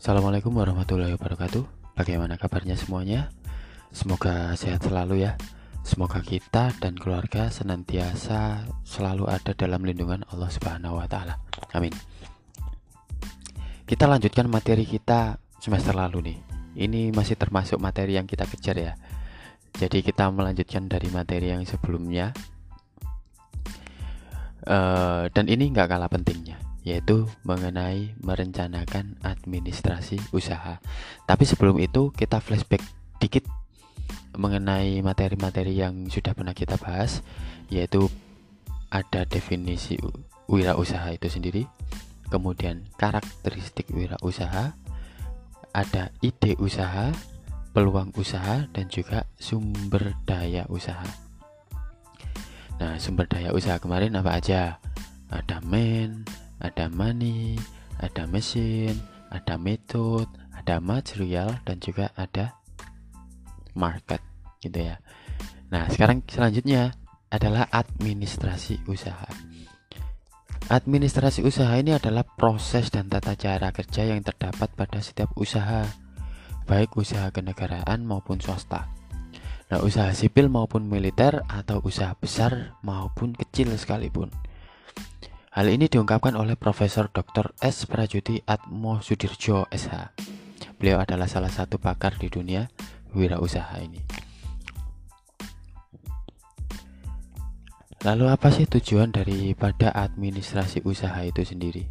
Assalamualaikum warahmatullahi wabarakatuh. Bagaimana kabarnya semuanya? Semoga sehat selalu ya. Semoga kita dan keluarga senantiasa selalu ada dalam lindungan Allah Subhanahu wa taala. Amin. Kita lanjutkan materi kita semester lalu nih. Ini masih termasuk materi yang kita kejar ya. Jadi kita melanjutkan dari materi yang sebelumnya. Dan ini nggak kalah pentingnya, yaitu mengenai merencanakan administrasi usaha. Tapi sebelum itu kita flashback dikit mengenai materi-materi yang sudah pernah kita bahas, yaitu ada definisi wirausaha itu sendiri, kemudian karakteristik wirausaha, ada ide usaha, peluang usaha, dan juga sumber daya usaha. Nah, sumber daya usaha kemarin apa aja? Ada man, ada money, ada mesin, ada metode, ada material, dan juga ada market gitu ya. Nah, sekarang selanjutnya adalah administrasi usaha. Administrasi usaha ini adalah proses dan tata cara kerja yang terdapat pada setiap usaha, baik usaha kenegaraan maupun swasta. Nah, usaha sipil maupun militer atau usaha besar maupun kecil sekalipun. Hal ini diungkapkan oleh Profesor Dr. S. Prajuti Atmosudirjo SH. Beliau adalah salah satu pakar di dunia wirausaha ini. Lalu apa sih tujuan daripada administrasi usaha itu sendiri?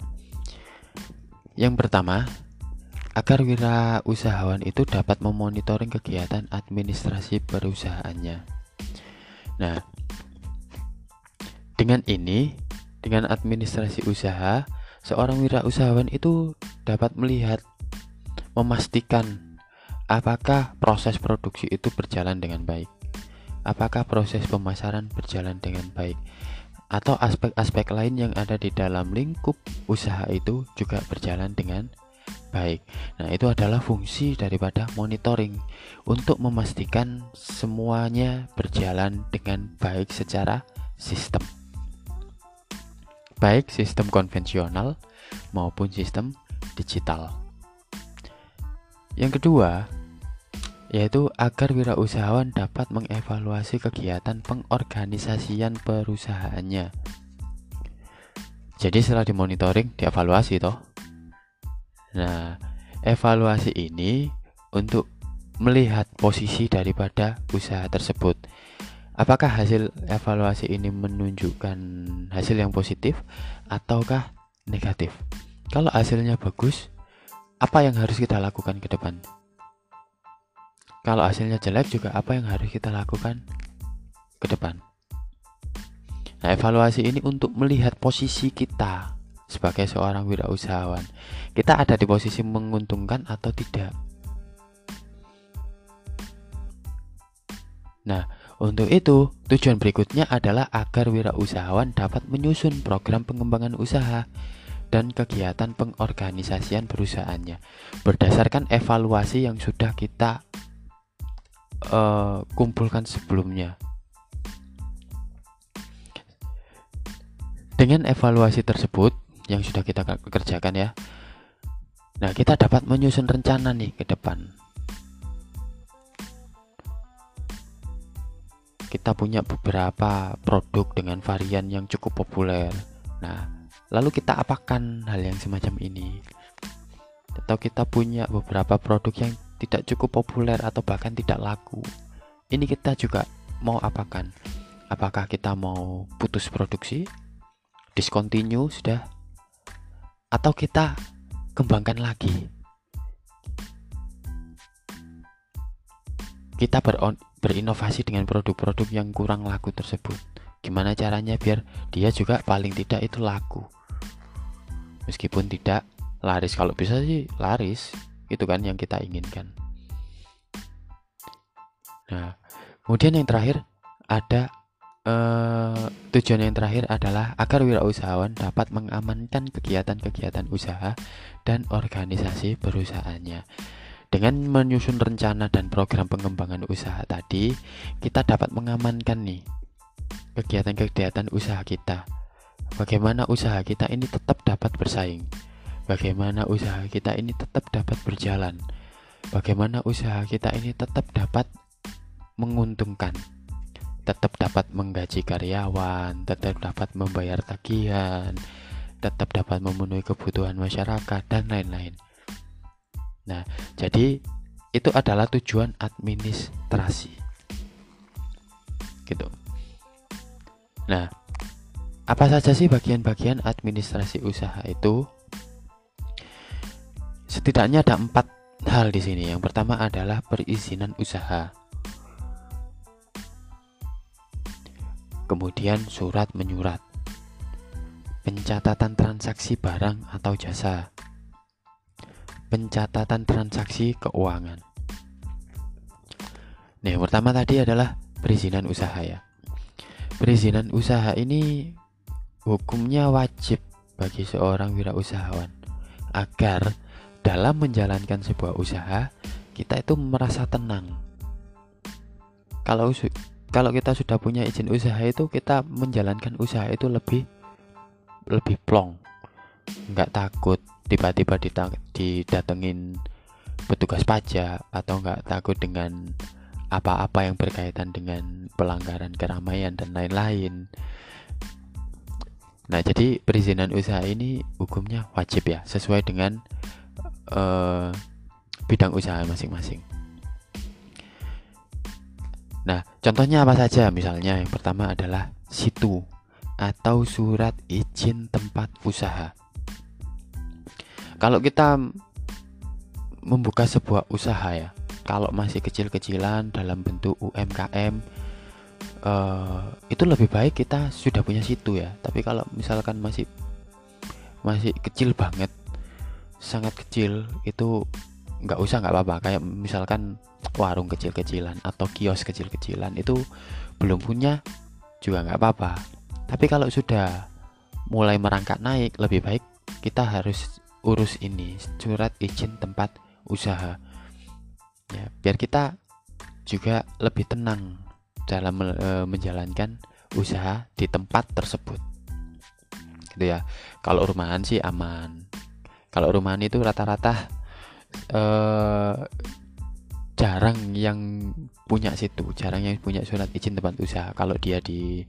Yang pertama, agar wirausahawan itu dapat memonitoring kegiatan administrasi perusahaannya. Nah, dengan administrasi usaha, seorang wirausahawan itu dapat memastikan apakah proses produksi itu berjalan dengan baik, apakah proses pemasaran berjalan dengan baik, atau aspek-aspek lain yang ada di dalam lingkup usaha itu juga berjalan dengan baik. Nah, itu adalah fungsi daripada monitoring untuk memastikan semuanya berjalan dengan baik secara sistem, baik sistem konvensional maupun sistem digital. Yang kedua, yaitu agar wirausahawan dapat mengevaluasi kegiatan pengorganisasian perusahaannya. Jadi setelah dimonitoring, dievaluasi toh. Nah, evaluasi ini untuk melihat posisi daripada usaha tersebut. Apakah hasil evaluasi ini menunjukkan hasil yang positif ataukah negatif? Kalau hasilnya bagus, apa yang harus kita lakukan ke depan? Kalau hasilnya jelek juga apa yang harus kita lakukan ke depan? Nah, evaluasi ini untuk melihat posisi kita sebagai seorang wirausahawan. Kita ada di posisi menguntungkan atau tidak. Nah, untuk itu tujuan berikutnya adalah agar wirausahawan dapat menyusun program pengembangan usaha dan kegiatan pengorganisasian perusahaannya berdasarkan evaluasi yang sudah kita kumpulkan sebelumnya. Dengan evaluasi tersebut yang sudah kita kerjakan ya, nah kita dapat menyusun rencana nih ke depan. Kita punya beberapa produk dengan varian yang cukup populer. Nah, lalu kita apakan hal yang semacam ini? Atau kita punya beberapa produk yang tidak cukup populer atau bahkan tidak laku. Ini kita juga mau apakan? Apakah kita mau putus produksi? Discontinue sudah? Atau kita kembangkan lagi? Kita berinovasi dengan produk-produk yang kurang laku tersebut. Gimana caranya biar dia juga paling tidak itu laku, meskipun tidak laris. Kalau bisa sih laris, itu kan yang kita inginkan. Nah, kemudian yang terakhir ada tujuan yang terakhir adalah agar wirausahawan dapat mengamankan kegiatan-kegiatan usaha dan organisasi perusahaannya. Dengan menyusun rencana dan program pengembangan usaha tadi, kita dapat mengamankan nih kegiatan-kegiatan usaha kita. Bagaimana usaha kita ini tetap dapat bersaing, bagaimana usaha kita ini tetap dapat berjalan, bagaimana usaha kita ini tetap dapat menguntungkan, tetap dapat menggaji karyawan, tetap dapat membayar tagihan, tetap dapat memenuhi kebutuhan masyarakat, dan lain-lain. Nah, jadi itu adalah tujuan administrasi. Gitu. Nah, apa saja sih bagian-bagian administrasi usaha itu? Setidaknya ada 4 hal di sini. Yang pertama adalah perizinan usaha. Kemudian surat menyurat, pencatatan transaksi barang atau jasa, pencatatan transaksi keuangan. Nah, yang pertama tadi adalah perizinan usaha ya. Perizinan usaha ini hukumnya wajib bagi seorang wirausahawan agar dalam menjalankan sebuah usaha kita itu merasa tenang. Kalau kita sudah punya izin usaha itu, kita menjalankan usaha itu lebih plong, nggak takut tiba-tiba didatengin petugas pajak, atau nggak takut dengan apa-apa yang berkaitan dengan pelanggaran keramaian dan lain-lain. Nah, jadi perizinan usaha ini hukumnya wajib ya, sesuai dengan bidang usaha masing-masing. Nah, contohnya apa saja? Misalnya yang pertama adalah situ atau surat izin tempat usaha. Kalau kita membuka sebuah usaha ya, kalau masih kecil-kecilan dalam bentuk UMKM, itu lebih baik kita sudah punya situ ya. Tapi kalau misalkan masih kecil banget, sangat kecil, itu nggak apa-apa. Kayak misalkan warung kecil-kecilan atau kios kecil-kecilan, itu belum punya juga nggak apa-apa. Tapi kalau sudah mulai merangkak naik, lebih baik kita harus urus ini, surat izin tempat usaha ya, biar kita juga lebih tenang dalam menjalankan usaha di tempat tersebut gitu ya. Kalau rumahan sih aman. Kalau rumahan itu rata-rata jarang yang punya situ, jarang yang punya surat izin tempat usaha kalau dia di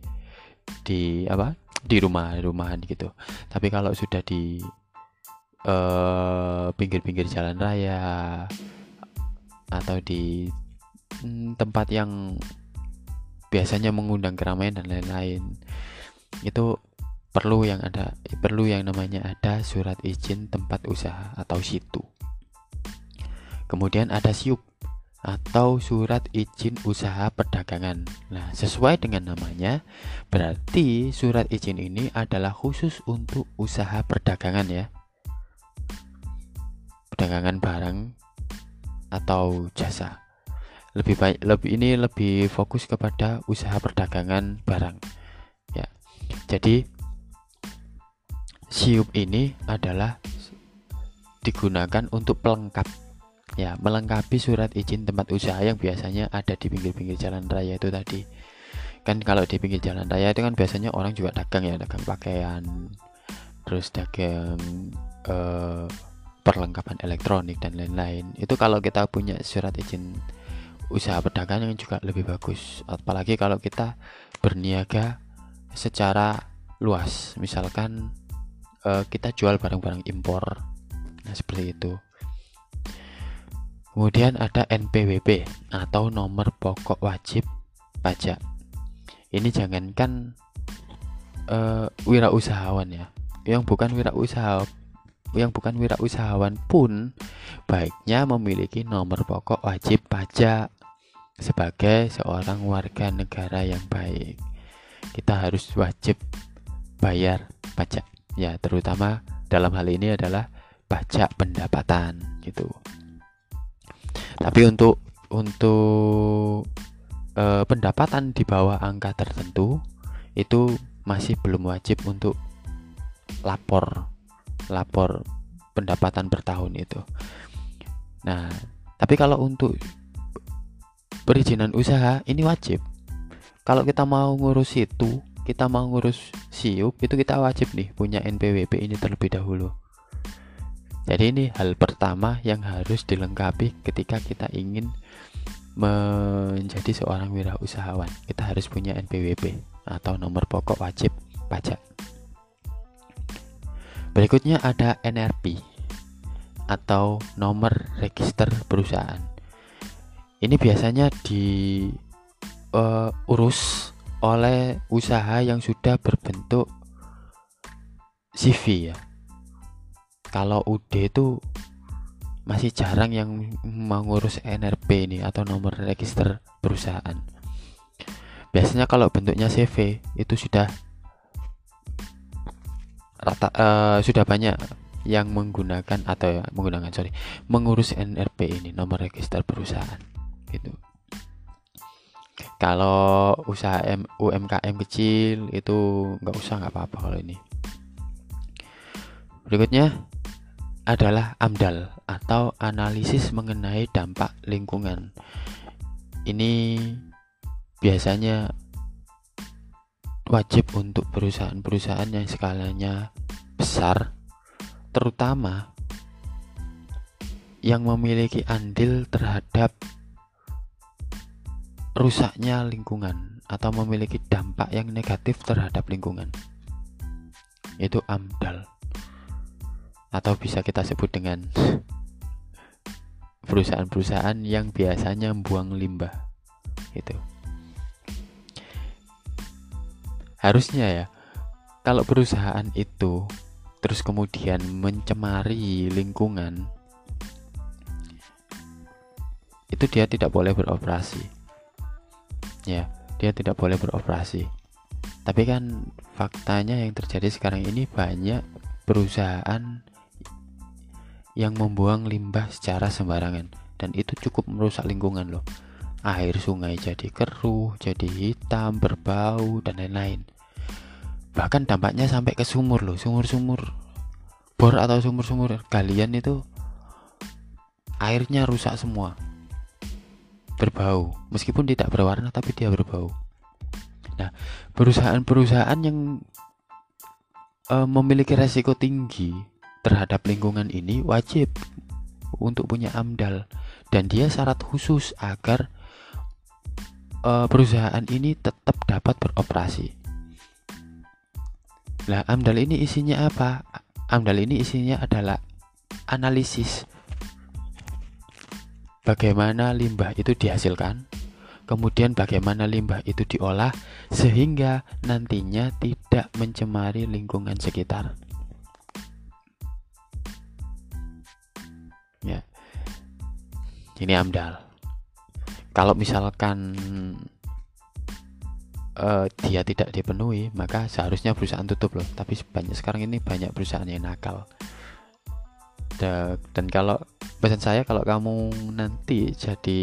rumahan gitu. Tapi kalau sudah di pinggir-pinggir jalan raya atau di tempat yang biasanya mengundang keramaian dan lain-lain, itu perlu yang namanya ada surat izin tempat usaha atau situ. Kemudian ada SIUP atau surat izin usaha perdagangan. Nah, sesuai dengan namanya, berarti surat izin ini adalah khusus untuk usaha perdagangan ya. Perdagangan barang atau jasa. Lebih fokus kepada usaha perdagangan barang. Ya. Jadi SIUP ini adalah digunakan untuk pelengkap ya, melengkapi surat izin tempat usaha yang biasanya ada di pinggir-pinggir jalan raya itu tadi. Kan kalau di pinggir jalan raya itu kan biasanya orang juga dagang ya, dagang pakaian, terus dagang perlengkapan elektronik dan lain-lain. Itu kalau kita punya surat izin usaha perdagangan juga lebih bagus. Apalagi kalau kita berniaga secara luas, misalkan kita jual barang-barang impor. Nah, seperti itu. Kemudian ada NPWP atau nomor pokok wajib pajak. Ini jangankan wirausahawan ya, yang bukan wirausahawan pun baiknya memiliki nomor pokok wajib pajak sebagai seorang warga negara yang baik. Kita harus wajib bayar pajak ya, terutama dalam hal ini adalah pajak pendapatan gitu. Tapi untuk pendapatan di bawah angka tertentu itu masih belum wajib untuk lapor pendapatan per tahun itu. Nah, tapi kalau untuk perizinan usaha ini wajib. Kalau kita mau ngurus itu, kita mau ngurus SIUP, itu kita wajib nih punya NPWP ini terlebih dahulu. Jadi ini hal pertama yang harus dilengkapi ketika kita ingin menjadi seorang wirausahawan. Kita harus punya NPWP atau nomor pokok wajib pajak. Berikutnya ada NRP atau nomor register perusahaan. Ini biasanya diurus oleh usaha yang sudah berbentuk CV ya. Kalau UD itu masih jarang yang mengurus NRP ini atau nomor register perusahaan. Biasanya kalau bentuknya CV itu sudah banyak yang menggunakan mengurus NRP ini, nomor register perusahaan gitu. Kalau usaha UMKM kecil itu nggak apa-apa kalau ini. Berikutnya adalah AMDAL atau analisis mengenai dampak lingkungan. Ini biasanya wajib untuk perusahaan-perusahaan yang skalanya besar, terutama yang memiliki andil terhadap rusaknya lingkungan atau memiliki dampak yang negatif terhadap lingkungan. Itu AMDAL. Atau bisa kita sebut dengan perusahaan-perusahaan yang biasanya membuang limbah gitu. Harusnya ya, kalau perusahaan itu terus kemudian mencemari lingkungan, itu dia tidak boleh beroperasi. Ya, dia tidak boleh beroperasi. Tapi kan faktanya yang terjadi sekarang ini banyak perusahaan yang membuang limbah secara sembarangan, dan itu cukup merusak lingkungan loh. Air sungai jadi keruh, jadi hitam, berbau, dan lain-lain. Bahkan dampaknya sampai ke sumur loh, sumur-sumur bor atau sumur-sumur galian itu airnya rusak semua, berbau, meskipun tidak berwarna tapi dia berbau. Nah, perusahaan-perusahaan yang memiliki resiko tinggi terhadap lingkungan ini wajib untuk punya AMDAL, dan dia syarat khusus agar perusahaan ini tetap dapat beroperasi. Nah, AMDAL ini isinya apa? AMDAL ini isinya adalah analisis bagaimana limbah itu dihasilkan, kemudian bagaimana limbah itu diolah sehingga nantinya tidak mencemari lingkungan sekitar. Ya, ini AMDAL. Kalau misalkan dia tidak dipenuhi, maka seharusnya perusahaan tutup loh. Tapi sekarang ini banyak perusahaan yang nakal. Dan kalau pesan saya, kalau kamu nanti jadi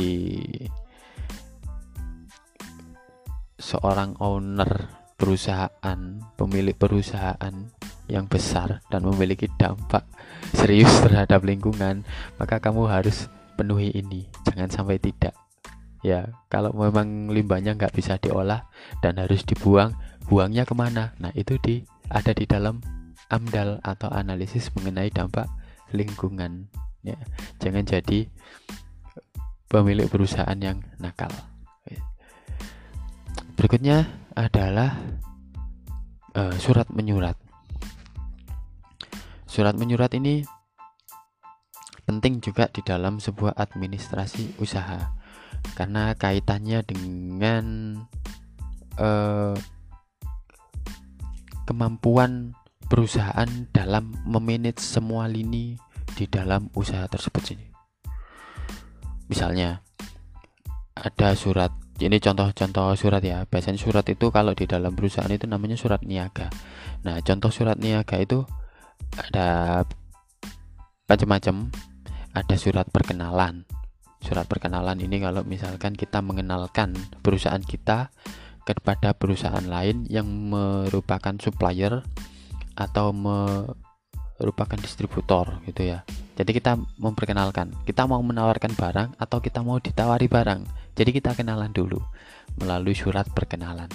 seorang owner perusahaan, pemilik perusahaan yang besar dan memiliki dampak serius terhadap lingkungan, maka kamu harus penuhi ini, jangan sampai tidak. Ya, kalau memang limbahnya nggak bisa diolah dan harus dibuang, buangnya kemana? Nah, itu ada di dalam AMDAL atau analisis mengenai dampak lingkungan. Ya, jangan jadi pemilik perusahaan yang nakal. Berikutnya adalah surat menyurat. Surat menyurat ini penting juga di dalam sebuah administrasi usaha, karena kaitannya dengan kemampuan perusahaan dalam memanage semua lini di dalam usaha tersebut sini. Misalnya ada surat, ini contoh-contoh surat ya. Biasanya surat itu kalau di dalam perusahaan itu namanya surat niaga. Nah, contoh surat niaga itu ada macam-macam. Ada surat perkenalan. Surat perkenalan ini kalau misalkan kita mengenalkan perusahaan kita kepada perusahaan lain yang merupakan supplier atau merupakan distributor gitu ya. Jadi kita memperkenalkan, kita mau menawarkan barang atau kita mau ditawari barang. Jadi kita kenalan dulu melalui surat perkenalan.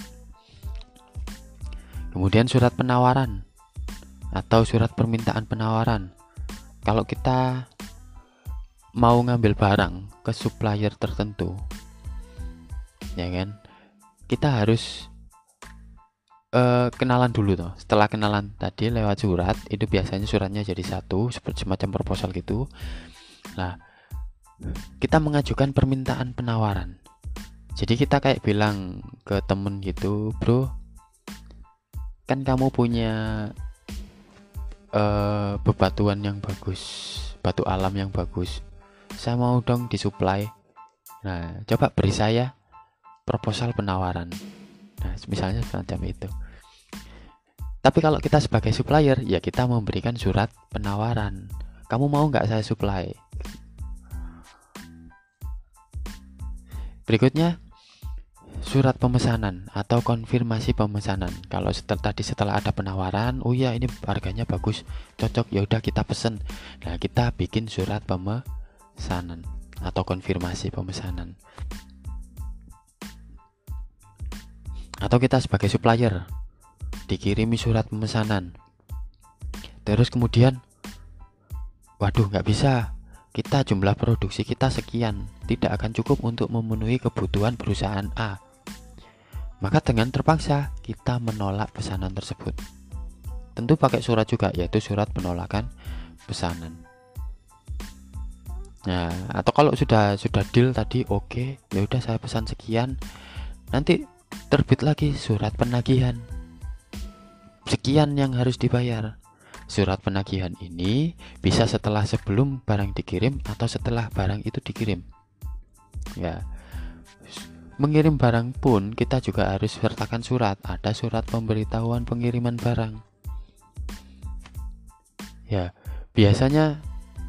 Kemudian surat penawaran atau surat permintaan penawaran. kalau kita mau ngambil barang ke supplier tertentu, ya kan, kita harus kenalan dulu toh. Setelah kenalan tadi lewat surat, itu biasanya suratnya jadi satu, seperti semacam proposal gitu. Nah, kita mengajukan permintaan penawaran. Jadi kita kayak bilang ke temen gitu, bro, kan kamu punya bebatuan yang bagus, batu alam yang bagus, saya mau dong disuplai. Nah, coba beri saya proposal penawaran. Nah, misalnya semacam itu. Tapi kalau kita sebagai supplier, ya kita memberikan surat penawaran. Kamu mau nggak saya supply? Berikutnya, surat pemesanan atau konfirmasi pemesanan. Kalau setelah ada penawaran, oh ya ini harganya bagus, cocok, ya udah kita pesen. Nah, kita bikin surat pemesanan atau konfirmasi pemesanan. Atau kita sebagai supplier dikirimi surat pemesanan, terus kemudian, waduh nggak bisa, kita jumlah produksi kita sekian, tidak akan cukup untuk memenuhi kebutuhan perusahaan A. Maka dengan terpaksa kita menolak pesanan tersebut. Tentu pakai surat juga, yaitu surat penolakan pesanan. Nah, atau kalau sudah deal tadi, oke, ya udah saya pesan sekian, nanti terbit lagi surat penagihan. Sekian yang harus dibayar. Surat penagihan ini bisa sebelum barang dikirim atau setelah barang itu dikirim. Ya. Mengirim barang pun kita juga harus sertakan surat. Ada surat pemberitahuan pengiriman barang. Ya, biasanya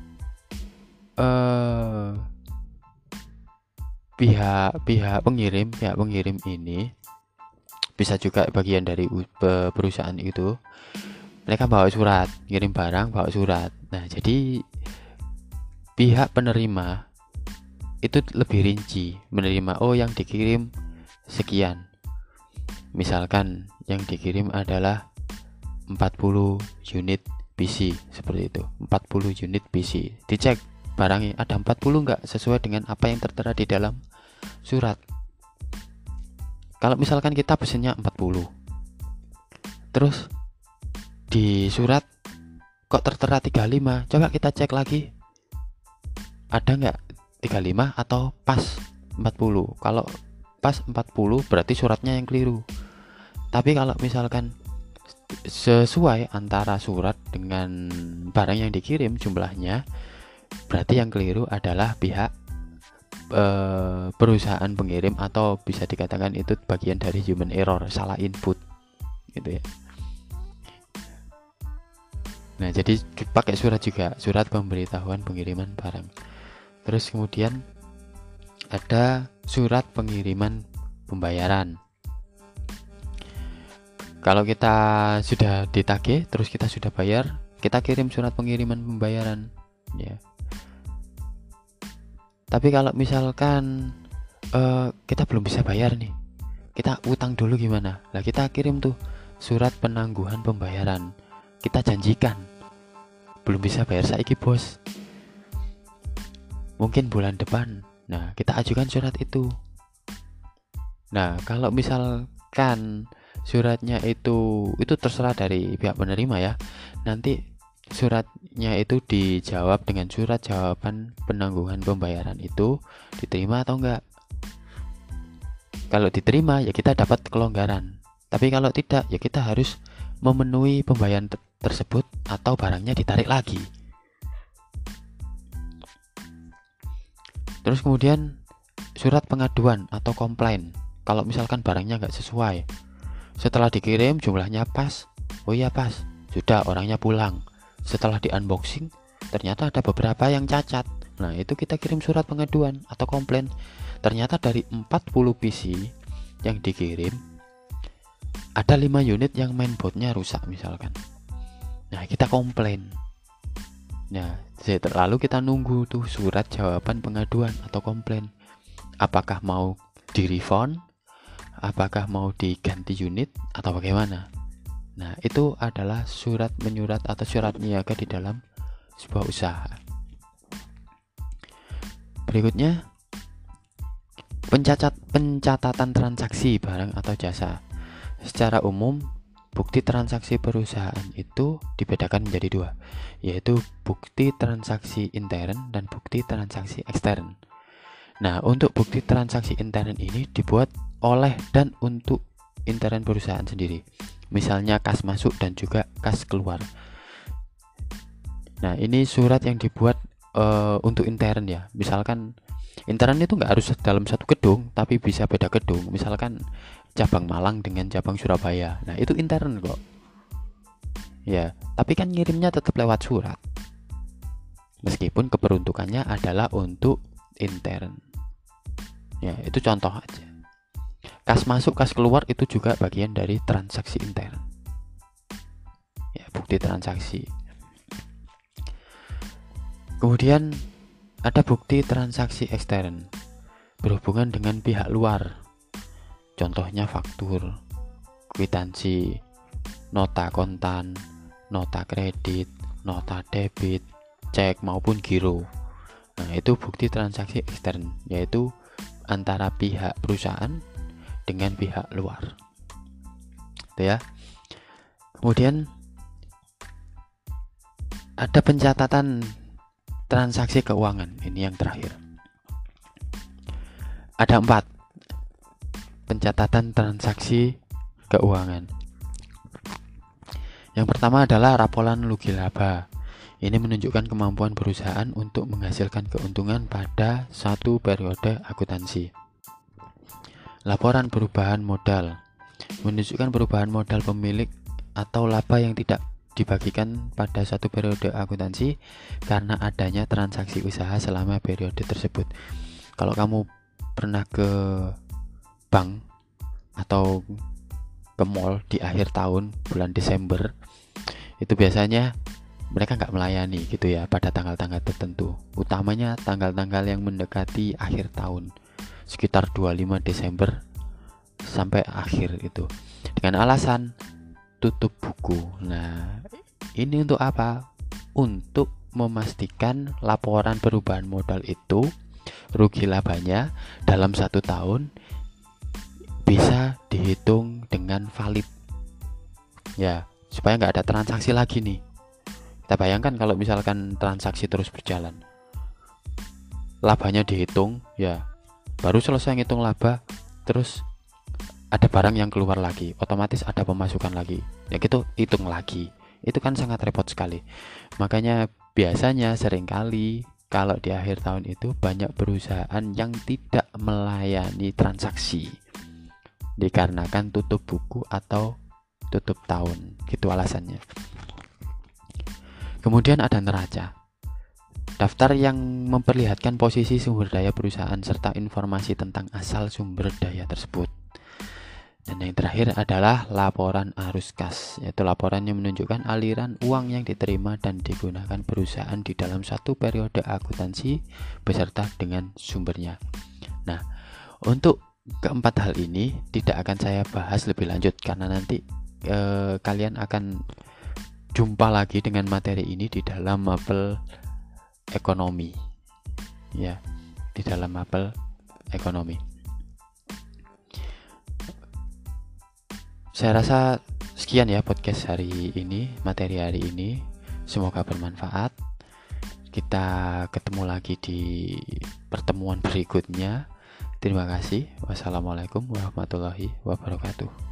pihak pengirim ini bisa juga bagian dari perusahaan itu, mereka bawa surat, ngirim barang bawa surat. Nah, jadi pihak penerima itu lebih rinci menerima, oh yang dikirim sekian, misalkan yang dikirim adalah 40 unit PC, seperti itu, 40 unit PC, dicek barangnya ada 40 enggak sesuai dengan apa yang tertera di dalam surat. Kalau misalkan kita pesennya 40, terus di surat kok tertera 35, coba kita cek lagi, ada nggak 35 atau pas 40. Kalau pas 40 berarti suratnya yang keliru. Tapi kalau misalkan sesuai antara surat dengan barang yang dikirim jumlahnya, berarti yang keliru adalah pihak perusahaan pengirim, atau bisa dikatakan itu bagian dari human error, salah input gitu ya. Nah, jadi pakai surat juga, surat pemberitahuan pengiriman barang. Terus kemudian ada surat pengiriman pembayaran. Kalau kita sudah ditagih, terus kita sudah bayar, kita kirim surat pengiriman pembayaran ya. Tapi kalau misalkan kita belum bisa bayar nih, kita utang dulu gimana? Lah kita kirim tuh surat penangguhan pembayaran. Kita janjikan, belum bisa bayar saiki bos, mungkin bulan depan. Nah, kita ajukan surat itu. Nah, kalau misalkan suratnya itu terserah dari pihak penerima ya. Nanti suratnya itu dijawab dengan surat jawaban penangguhan pembayaran itu diterima atau enggak. Kalau diterima ya kita dapat kelonggaran. Tapi kalau tidak ya kita harus memenuhi pembayaran tersebut atau barangnya ditarik lagi. Terus kemudian surat pengaduan atau komplain. Kalau misalkan barangnya nggak sesuai, setelah dikirim jumlahnya pas, oh iya pas, sudah orangnya pulang. Setelah di unboxing ternyata ada beberapa yang cacat. Nah, itu kita kirim surat pengaduan atau komplain. Ternyata dari 40 PC yang dikirim ada 5 unit yang mainboardnya rusak misalkan. Nah, kita komplain. Nah, lalu kita nunggu tuh surat jawaban pengaduan atau komplain. Apakah mau di refund, apakah mau diganti unit atau bagaimana. Nah, itu adalah surat menyurat atau surat niaga di dalam sebuah usaha. Berikutnya, pencatatan transaksi barang atau jasa. Secara umum, bukti transaksi perusahaan itu dibedakan menjadi dua, yaitu bukti transaksi intern dan bukti transaksi ekstern. Nah, untuk bukti transaksi intern ini dibuat oleh dan untuk intern perusahaan sendiri. Misalnya kas masuk dan juga kas keluar. Nah, ini surat yang dibuat untuk intern ya. Misalkan intern itu nggak harus dalam satu gedung, tapi bisa beda gedung. Misalkan cabang Malang dengan cabang Surabaya. Nah, itu intern kok. Ya, tapi kan ngirimnya tetap lewat surat. Meskipun keperuntukannya adalah untuk intern. Ya, itu contoh aja. Kas masuk, kas keluar itu juga bagian dari transaksi intern. Ya, bukti transaksi. Kemudian ada bukti transaksi ekstern berhubungan dengan pihak luar. Contohnya faktur, kwitansi, nota kontan, nota kredit, nota debit, cek maupun giro. Nah, itu bukti transaksi ekstern, yaitu antara pihak perusahaan dengan pihak luar. Itu ya. Kemudian ada pencatatan transaksi keuangan, ini yang terakhir. Ada 4 pencatatan transaksi keuangan. Yang pertama adalah laporan rugi laba. Ini menunjukkan kemampuan perusahaan untuk menghasilkan keuntungan pada satu periode akuntansi. Laporan perubahan modal menunjukkan perubahan modal pemilik atau laba yang tidak dibagikan pada satu periode akuntansi karena adanya transaksi usaha selama periode tersebut. Kalau kamu pernah ke bank atau ke mall di akhir tahun bulan Desember, itu biasanya mereka nggak melayani gitu ya pada tanggal-tanggal tertentu, utamanya tanggal-tanggal yang mendekati akhir tahun sekitar 25 Desember sampai akhir itu, dengan alasan tutup buku. Nah, ini untuk apa? Untuk memastikan laporan perubahan modal itu, rugi labanya dalam 1 tahun bisa dihitung dengan valid. Ya, supaya nggak ada transaksi lagi nih. Kita bayangkan kalau misalkan transaksi terus berjalan, labanya dihitung, ya baru selesai ngitung laba, terus ada barang yang keluar lagi, otomatis ada pemasukan lagi, ya gitu hitung lagi. Itu kan sangat repot sekali. Makanya biasanya seringkali kalau di akhir tahun itu banyak perusahaan yang tidak melayani transaksi dikarenakan tutup buku atau tutup tahun, gitu alasannya. Kemudian ada neraca, daftar yang memperlihatkan posisi sumber daya perusahaan serta informasi tentang asal sumber daya tersebut. Dan yang terakhir adalah laporan arus kas, yaitu laporan yang menunjukkan aliran uang yang diterima dan digunakan perusahaan di dalam satu periode akuntansi beserta dengan sumbernya. Nah, untuk keempat hal ini tidak akan saya bahas lebih lanjut karena nanti kalian akan jumpa lagi dengan materi ini di dalam mapel ekonomi. Ya, di dalam mapel ekonomi. Saya rasa sekian ya podcast hari ini, materi hari ini. Semoga bermanfaat. Kita ketemu lagi di pertemuan berikutnya. Terima kasih. Wassalamualaikum warahmatullahi wabarakatuh.